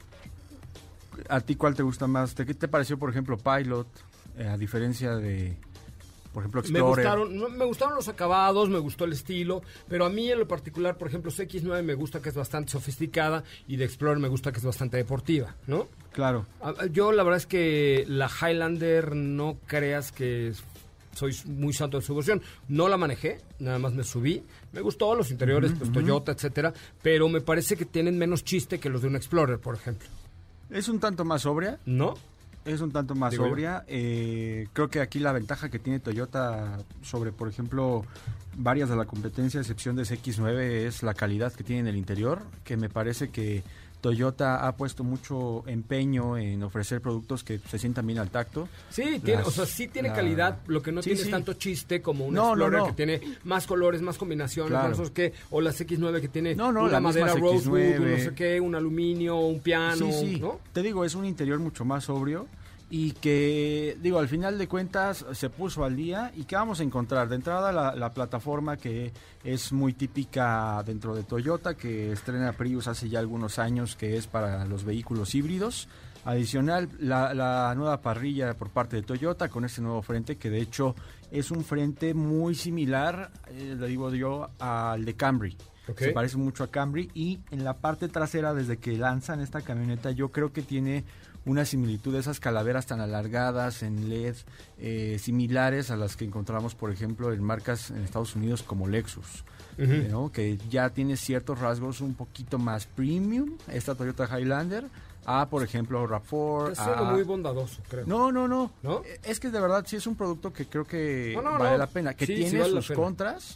¿A ti cuál te gusta más? ¿Qué te pareció, por ejemplo, Pilot, eh, a diferencia de... Por ejemplo, Explorer? Me gustaron, no, me gustaron los acabados, me gustó el estilo, pero a mí en lo particular, por ejemplo, C X nueve me gusta que es bastante sofisticada y de Explorer me gusta que es bastante deportiva, ¿no? Claro. Yo la verdad es que la Highlander no creas que soy muy santo de su versión. No la manejé, nada más me subí. Me gustó los interiores, uh-huh, pues uh-huh. Toyota, etcétera, pero me parece que tienen menos chiste que los de un Explorer, por ejemplo. ¿Es un tanto más sobria? ¿No? Es un tanto más Digo sobria. Eh, creo que aquí la ventaja que tiene Toyota sobre, por ejemplo, varias de la competencia, a excepción de C X nueve, es la calidad que tiene en el interior, que me parece que Toyota ha puesto mucho empeño en ofrecer productos que se sientan bien al tacto. Sí, tiene, Las, o sea, sí tiene la... calidad, lo que no sí, tiene sí. es tanto chiste como un no, Explorer no, no. que tiene más colores, más combinaciones, claro. no sé qué, o la C X nueve que tiene no, no, una la madera rosewood, no sé C X nueve. qué, un aluminio, un piano, sí, sí. ¿no? Te digo, es un interior mucho más sobrio y que, digo, al final de cuentas se puso al día. ¿Y qué vamos a encontrar? De entrada la, la plataforma que es muy típica dentro de Toyota, que estrena Prius hace ya algunos años, que es para los vehículos híbridos. Adicional, la, la nueva parrilla por parte de Toyota con este nuevo frente, que de hecho es un frente muy similar, eh, le digo yo, al de Camry. Okay. Se parece mucho a Camry y en la parte trasera, desde que lanzan esta camioneta, yo creo que tiene una similitud de esas calaveras tan alargadas en L E D, eh, similares a las que encontramos, por ejemplo, en marcas en Estados Unidos como Lexus, uh-huh. ¿no? Que ya tiene ciertos rasgos un poquito más premium, esta Toyota Highlander, a, por ejemplo, RAV cuatro. Es algo muy bondadoso, creo. No, no, no, no. Es que de verdad sí es un producto que creo que no, no, vale no. la pena, que sí, tiene sí vale sus contras.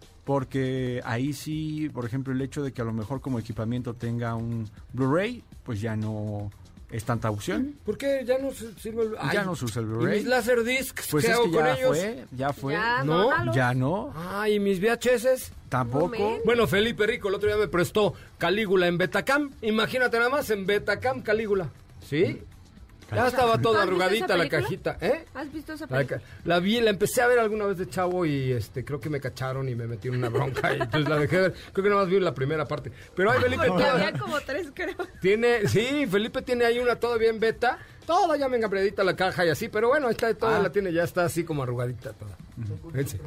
Porque ahí sí, por ejemplo, el hecho de que a lo mejor como equipamiento tenga un Blu-ray, pues ya no es tanta opción. ¿Por qué ya no se sirve el Ay, ya no se usa el Blu-ray? ¿Y mis Laserdiscs? Pues ¿qué es hago que con ya ellos? fue, ya fue. Ya no, no, ya no. Ah, ¿y mis V H S? Tampoco. No, bueno, Felipe Rico el otro día me prestó Calígula en Betacam. Imagínate nada más, en Betacam Calígula. ¿Sí? Ya estaba toda arrugadita la cajita, ¿eh? ¿Has visto esa película? La, la vi, la empecé a ver alguna vez de chavo y este creo que me cacharon y me metí en una bronca y entonces la dejé ver. Creo que nada más vi la primera parte. Pero ay, Felipe Porque toda, había como tres, creo. Tiene, sí, Felipe tiene ahí una todavía en beta, toda ya me engabredita la caja y así, pero bueno, ahí está, toda ah. la tiene, ya está así como arrugadita toda. Fíjense.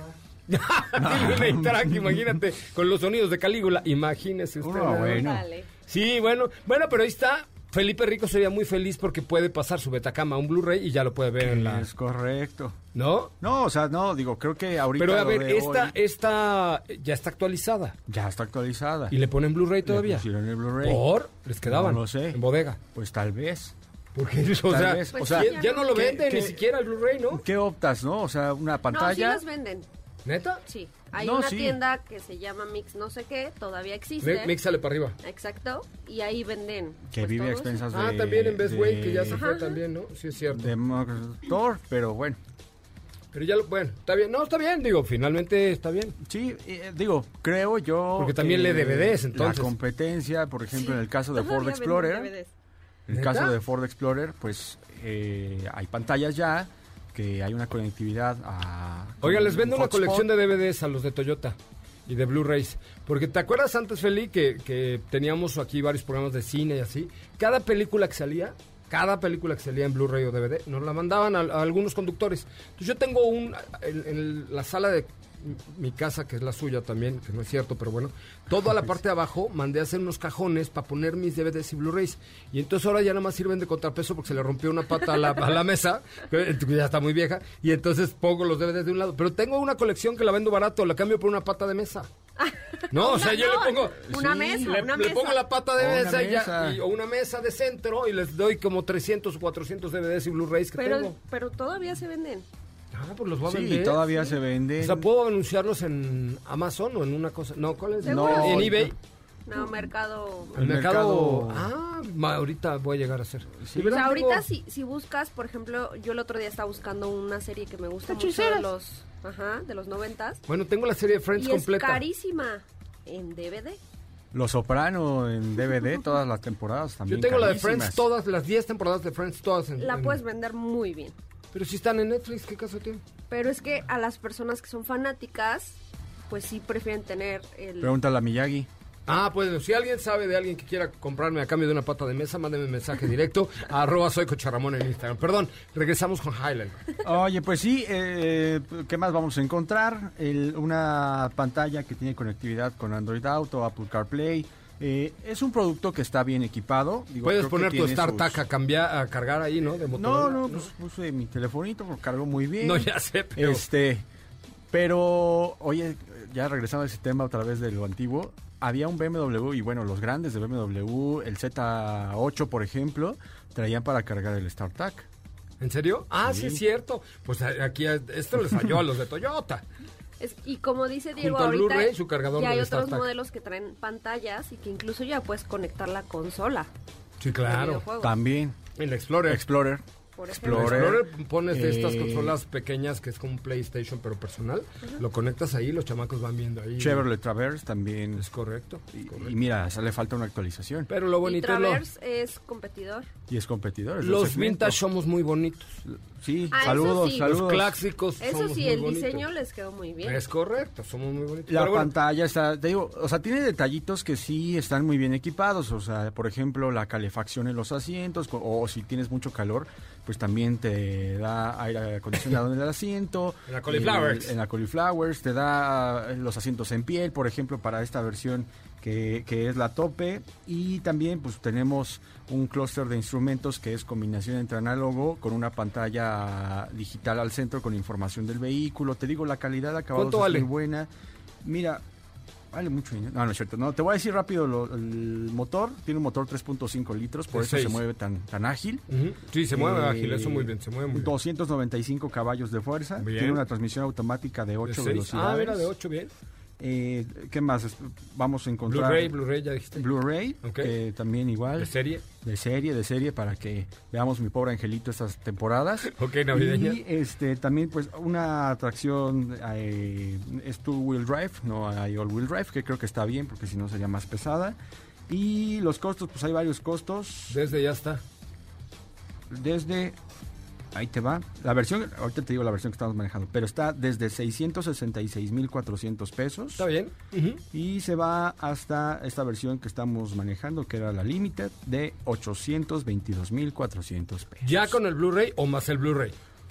Tiene un track, imagínate, con los sonidos de Calígula, imagínese usted. Oh, bueno. Sí, bueno, bueno, pero ahí está. Felipe Rico sería muy feliz porque puede pasar su Betacam a un Blu-ray y ya lo puede ver en la... Es correcto. ¿No? No, o sea, no, digo, creo que ahorita... Pero a lo ver, de esta, hoy esta ya está actualizada. ya está actualizada. ¿Y le ponen Blu-ray todavía? Le pusieron el Blu-ray. ¿Por? ¿Les quedaban? No lo sé. En bodega. Pues tal vez. Porque, o Tal sea, vez. pues O sea, ya, ya no lo ¿qué- venden, qué- ni siquiera el Blu-ray, ¿no? ¿Qué optas, no? O sea, una No, sí pantalla... los venden. ¿Neta? Sí. Hay No, una sí. tienda que se llama Mix no sé qué, todavía existe. Mi- Míxale para arriba. Exacto. Y ahí venden. que pues, vive a todo expensas Ah, de... también en Best de- Way, que ya se fue Ajá. también, ¿no? Sí, es cierto. de Motor, pero bueno. Pero ya lo, bueno, está bien. No, está bien, digo, finalmente está bien. Sí, eh, digo, creo yo... Porque también que lee D V Ds, entonces. La competencia, por ejemplo, en el caso de Todavía Ford venden Explorer... D V Ds. En el ¿Neta? caso de Ford Explorer, pues eh, hay pantallas ya, que hay una conectividad a... Oiga, les vendo un una hotspot. colección de D V Ds a los de Toyota y de Blu-rays. Porque ¿te acuerdas antes, Feli, que, que teníamos aquí varios programas de cine y así? Cada película que salía, cada película que salía en Blu-ray o D V D, nos la mandaban a, a algunos conductores. Entonces yo tengo un, en, en la sala de mi casa, que es la suya también, que no es cierto, pero bueno, toda la parte de abajo mandé a hacer unos cajones para poner mis D V Ds y Blu-rays. Y entonces ahora ya nada más sirven de contrapeso porque se le rompió una pata a la, a la mesa, que ya está muy vieja, y entonces pongo los D V Ds de un lado. Pero tengo una colección que la vendo barato, la cambio por una pata de mesa. No, o sea, yo no, le pongo... una Sí, mesa, le, una le mesa. pongo la pata de O una mesa, y ya- mesa. y- o una mesa de centro y les doy como trescientos o cuatrocientos D V Ds y Blu-rays que Pero, tengo. pero todavía se venden. Ah, pues los voy a Sí, vender. todavía sí. se venden. O sea, ¿puedo anunciarlos en Amazon o en una cosa? No, ¿cuál es? ¿Seguro? En eBay. No, mercado. El, El mercado... mercado- Ah, ma- ahorita voy a llegar a hacer. Sí. De O sea, verdad ahorita tengo- si, si buscas, por ejemplo, yo el otro día estaba buscando una serie que me gusta mucho Hechiceras. de los, ajá, de los noventas. Bueno, tengo la serie de Friends Y completa. es carísima en D V D. Los Soprano en D V D, todas las temporadas también. Yo tengo la de carísimas. Friends, todas, las diez temporadas de Friends, todas en... La en- puedes vender muy bien. Pero si están en Netflix, ¿qué caso tiene? Pero es que a las personas que son fanáticas, pues sí prefieren tener el... Pregúntale a Miyagi. Ah, pues si alguien sabe de alguien que quiera comprarme a cambio de una pata de mesa, mándeme un mensaje directo a arroba soy Cocharamón en Instagram. Perdón, regresamos con Highland. Oye, pues sí, eh, ¿qué más vamos a encontrar? El- una pantalla que tiene conectividad con Android Auto, Apple CarPlay. Eh, es un producto que está bien equipado. Digo, Puedes creo que poner tu tiene StarTAC sus- a cambiar, a cargar ahí, ¿no? De No, Motorola. no, pues puse mi telefonito, lo cargó muy bien. No, ya sé, pero... Este, pero, oye, ya regresando a ese tema otra vez de lo antiguo, había un B M W, y bueno, los grandes de B M W, el Z ocho, por ejemplo, traían para cargar el StarTAC. ¿En serio? Ah, sí, Sí. es cierto. Pues a- aquí a- esto les falló a los de Toyota. Es- y como dice Diego, Junto al ahorita Blu-ray, su cargador ya hay del otros StarTAC. modelos que traen pantallas y que incluso ya puedes conectar la consola. Sí, de claro. videojuegos. También. El Explorer. Explorer. Por ejemplo. El Explorer. Explorer pones de estas Eh, consolas pequeñas que es como un PlayStation pero personal. Lo conectas ahí, los chamacos van viendo ahí. Chevrolet Traverse también. Es correcto. Y, correcto. y mira, o sea, le falta una actualización. Pero lo Y bonito es lo- Traverse es competidor. Y es competidor. es del los segmento. vintage somos muy bonitos. Sí, Ah, eso saludos, sí. saludos. Los clásicos Eso somos sí, muy el bonitos. diseño les quedó muy bien. Es correcto, somos muy bonitos. La Pero bueno, pantalla está, te digo, o sea, tiene detallitos que sí están muy bien equipados, o sea, por ejemplo, la calefacción en los asientos, co- o si tienes mucho calor, pues también te da aire acondicionado en el asiento. En la Cauliflowers. El- En la Cauliflowers, te da los asientos en piel, por ejemplo, para esta versión que, que es la tope. Y también, pues, tenemos un clúster de instrumentos que es combinación entre análogo con una pantalla digital al centro con información del vehículo. Te digo, la calidad de acabados ¿Cuánto es vale? muy buena. Mira, vale mucho dinero. No, no es cierto. No, te voy a decir rápido lo- el motor. Tiene un motor tres punto cinco litros, por De eso se seis. mueve tan, tan ágil. ujú. Sí, se mueve Eh, ágil, eso muy bien, se mueve muy bien. doscientos noventa y cinco caballos de fuerza. Bien. Tiene una transmisión automática de De ocho seis. velocidades. Ah, mira, de ocho, bien. Eh, ¿Qué más? Es- Vamos a encontrar Blu-ray, Blu-ray, ya dijiste. Blu-ray, Ok. que también igual. De serie. De serie, de serie, para que veamos mi pobre angelito estas temporadas. Ok, navideña. Y este también, pues, una tracción eh, es two-wheel drive, no hay all-wheel drive, que creo que está bien, porque si no sería más pesada. Y los costos, pues hay varios costos. Desde ya está. Desde, ahí te va, la versión, ahorita te digo la versión que estamos manejando, pero está desde seiscientos sesenta y seis mil cuatrocientos pesos. Está bien. Ujú. Y se va hasta esta versión que estamos manejando, que era la Limited, de ochocientos veintidós mil cuatrocientos pesos. ¿Ya con el Blu-ray o más el Blu-ray?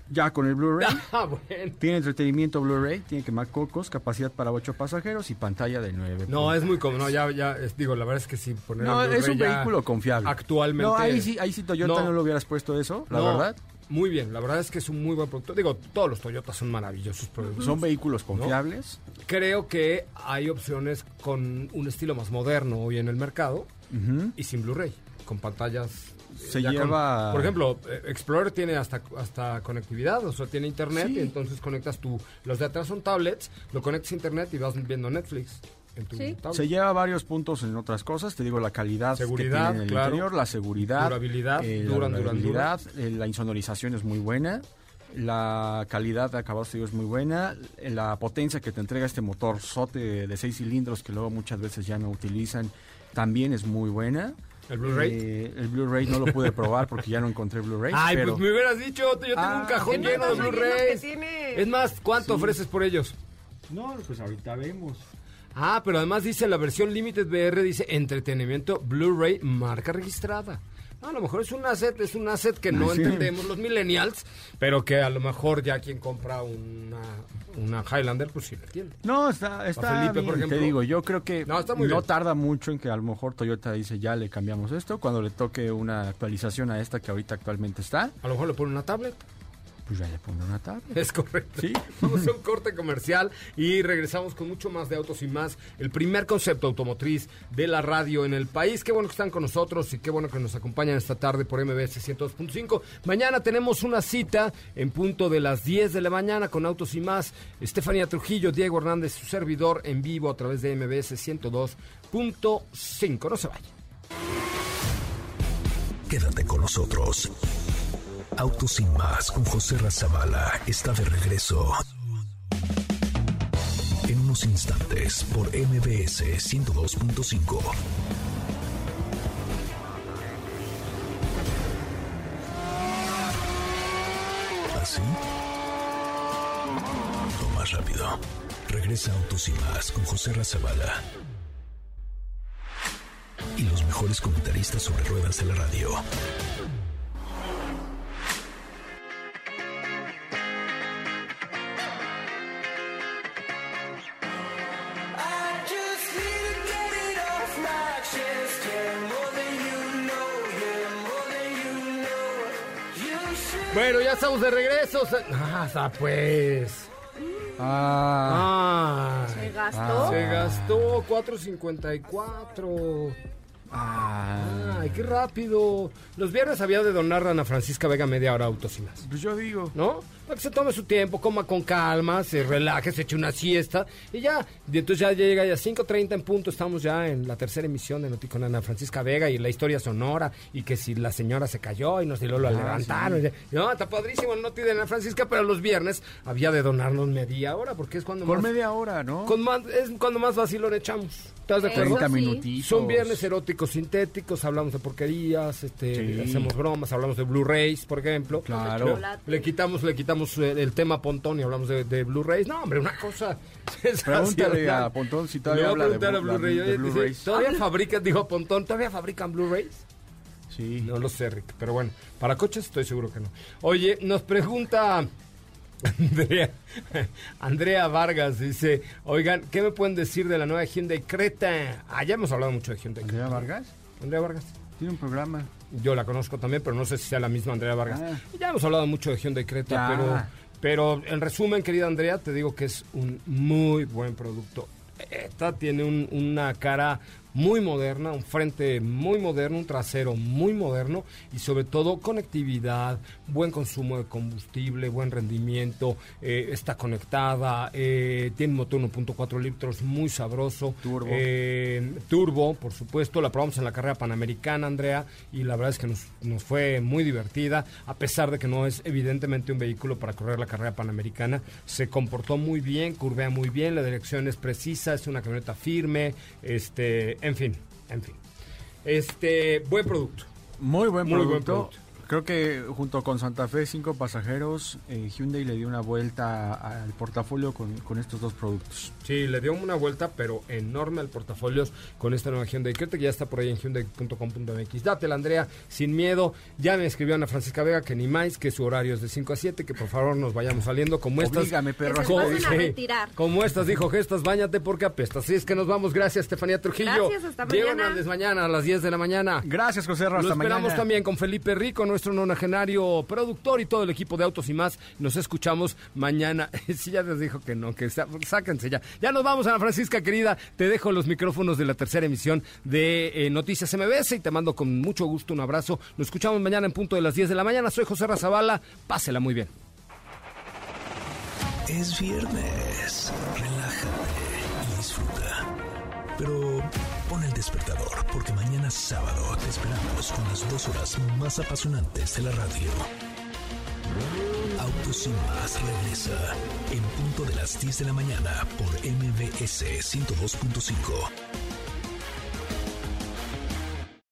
Ya con el Blu-ray. Ah, bueno. Tiene entretenimiento Blu-ray, tiene quemacocos, capacidad para ocho pasajeros y pantalla de nueve. No, es muy cómodo. No, ya, ya, es, digo, la verdad es que sí. Poner No, el es un ya vehículo confiable. Actualmente. No, ahí sí, ahí sí Toyota no, no, no lo hubieras puesto eso, la no, verdad. Muy bien, la verdad es que es un muy buen producto. Digo, todos los Toyotas son maravillosos productos. Son vehículos confiables. ¿No? Creo que hay opciones con un estilo más moderno hoy en el mercado uh-huh. y sin Blu-ray, con pantallas. Se lleva... Con, por ejemplo, Explorer tiene hasta hasta conectividad, o sea, tiene internet, sí. y entonces conectas tu... Los de atrás son tablets, lo conectas a internet y vas viendo Netflix. En tu sí. Se lleva varios puntos en otras cosas, te digo, la calidad seguridad, que tiene en el claro. interior, la seguridad, durabilidad, eh, duran, la, durabilidad duran, eh, la insonorización es muy buena, la calidad de acabados te digo, es muy buena, eh, la potencia que te entrega este motor sote de, de seis cilindros que luego muchas veces ya no utilizan, también es muy buena. ¿El Blu-ray? Eh, el Blu-ray no lo pude probar porque ya no encontré Blu-ray. Ay, pero... pues me hubieras dicho, yo tengo ah, un cajón lleno de Blu-rays. Es más, ¿cuánto sí. ofreces por ellos? No, pues ahorita vemos. Ah, pero además dice la versión Limited V R, dice entretenimiento Blu-ray marca registrada. A lo mejor es un asset, es un asset que no sí. entendemos los millennials, pero que a lo mejor ya quien compra una, una Highlander, pues sí la entiende. No, está, está Felipe, bien, por ejemplo. Te digo, yo creo que no, no tarda mucho en que a lo mejor Toyota dice, ya le cambiamos esto, cuando le toque una actualización a esta que ahorita actualmente está. A lo mejor le pone una tablet. Pues ya le pone una tablet. Es correcto. Sí. Vamos a un corte comercial y regresamos con mucho más de Autos y Más, el primer concepto automotriz de la radio en el país. Qué bueno que están con nosotros y qué bueno que nos acompañan esta tarde por M B S ciento dos punto cinco. Mañana tenemos una cita en punto de las diez de la mañana con Autos y Más. Estefanía Trujillo, Diego Hernández, su servidor en vivo a través de M B S ciento dos punto cinco. No se vayan. Quédate con nosotros. Autos Sin Más con José Razabala está de regreso en unos instantes por M B S ciento dos punto cinco. ¿Así? O más rápido. Regresa Autos Sin Más con José Razabala y los mejores comentaristas sobre ruedas de la radio. Bueno, ya estamos de regreso. Ah, pues. Ah. ¿Se gastó? Se gastó cuatro cincuenta y cuatro. Ah. Ay, qué rápido. Los viernes había de donar a Ana Francisca Vega media hora Autos y Más. Pues yo digo. ¿No? Para que se tome su tiempo, coma con calma, se relaje, se eche una siesta y ya. Y entonces ya llega ya cinco treinta en punto, estamos ya en la tercera emisión de Noti con Ana Francisca Vega y la historia sonora y que si la señora se cayó y nos dio lo ah, levantaron. Sí. Y, no, está padrísimo el Noti de Ana Francisca, pero los viernes había de donarnos media hora porque es cuando Por más... media hora, ¿no? Con más, es cuando más vacilón echamos. ¿Estás de acuerdo? treinta minutitos. Son viernes eróticos sintéticos, hablamos de porquerías, este, sí. hacemos bromas, hablamos de Blu-rays, por ejemplo. Claro. Le, le quitamos, le quitamos el, el tema Pontón y hablamos de, de Blu-rays. No, hombre, una cosa. Pregúntale a Pontón si todavía habla de, a Blu-ray. de Blu-rays. Dice, ¿todavía fabrican, dijo Pontón, todavía fabrican Blu-rays? Sí. No lo sé, Rick, pero bueno, para coches estoy seguro que no. Oye, nos pregunta Andrea, Andrea Vargas, dice, oigan, ¿qué me pueden decir de la nueva Hyundai Creta? Ah, ya hemos hablado mucho de Hyundai Creta. ¿Andrea Vargas? Andrea Vargas. Tiene un programa. Yo la conozco también, pero no sé si sea la misma Andrea Vargas. Ah. Ya hemos hablado mucho de Hyundai Creta, ya. pero... Pero en resumen, querida Andrea, te digo que es un muy buen producto. Esta tiene un, una cara muy moderna, un frente muy moderno, un trasero muy moderno y sobre todo conectividad, buen consumo de combustible, buen rendimiento, eh, está conectada, eh, tiene un motor uno punto cuatro litros muy sabroso, turbo. Eh, turbo, por supuesto, la probamos en la carrera panamericana, Andrea, y la verdad es que nos, nos fue muy divertida, a pesar de que no es evidentemente un vehículo para correr la carrera panamericana, se comportó muy bien, curvea muy bien, la dirección es precisa, es una camioneta firme, este... En fin, en fin. Este, buen producto. Muy buen Muy producto. buen producto. Creo que junto con Santa Fe, cinco pasajeros, eh, Hyundai le dio una vuelta al portafolio con, con estos dos productos. Sí, le dio una vuelta, pero enorme al portafolio con esta nueva Hyundai. Creo que ya está por ahí en hyundai punto com punto m x. Dátela, Andrea, sin miedo. Ya me escribió Ana Francisca Vega que ni más, que su horario es de cinco a siete, que por favor nos vayamos saliendo como estas. Oblígame, perro. Que se pasen a retirar. Como estas, dijo Gestas, báñate porque apestas. Así es que nos vamos. Gracias, Estefanía Trujillo. Gracias, hasta Diego mañana. Hernández, mañana a las diez de la mañana. Gracias, José Ra, Lo hasta esperamos mañana. también con Felipe Rico, nuestro nonagenario productor y todo el equipo de Autos y Más. Nos escuchamos mañana. Sí, ya les dijo que no, que sa- sáquense ya. Ya nos vamos, Ana Francisca, querida. Te dejo los micrófonos de la tercera emisión de eh, Noticias M B S y te mando con mucho gusto un abrazo. Nos escuchamos mañana en punto de las diez de la mañana. Soy José Razabala. Pásela muy bien. Es viernes. Relájate y disfruta. Pero pon el despertador, porque mañana sábado te esperamos con las dos horas más apasionantes de la radio. Autos y Más regresa en punto de las diez de la mañana por M B S ciento dos punto cinco.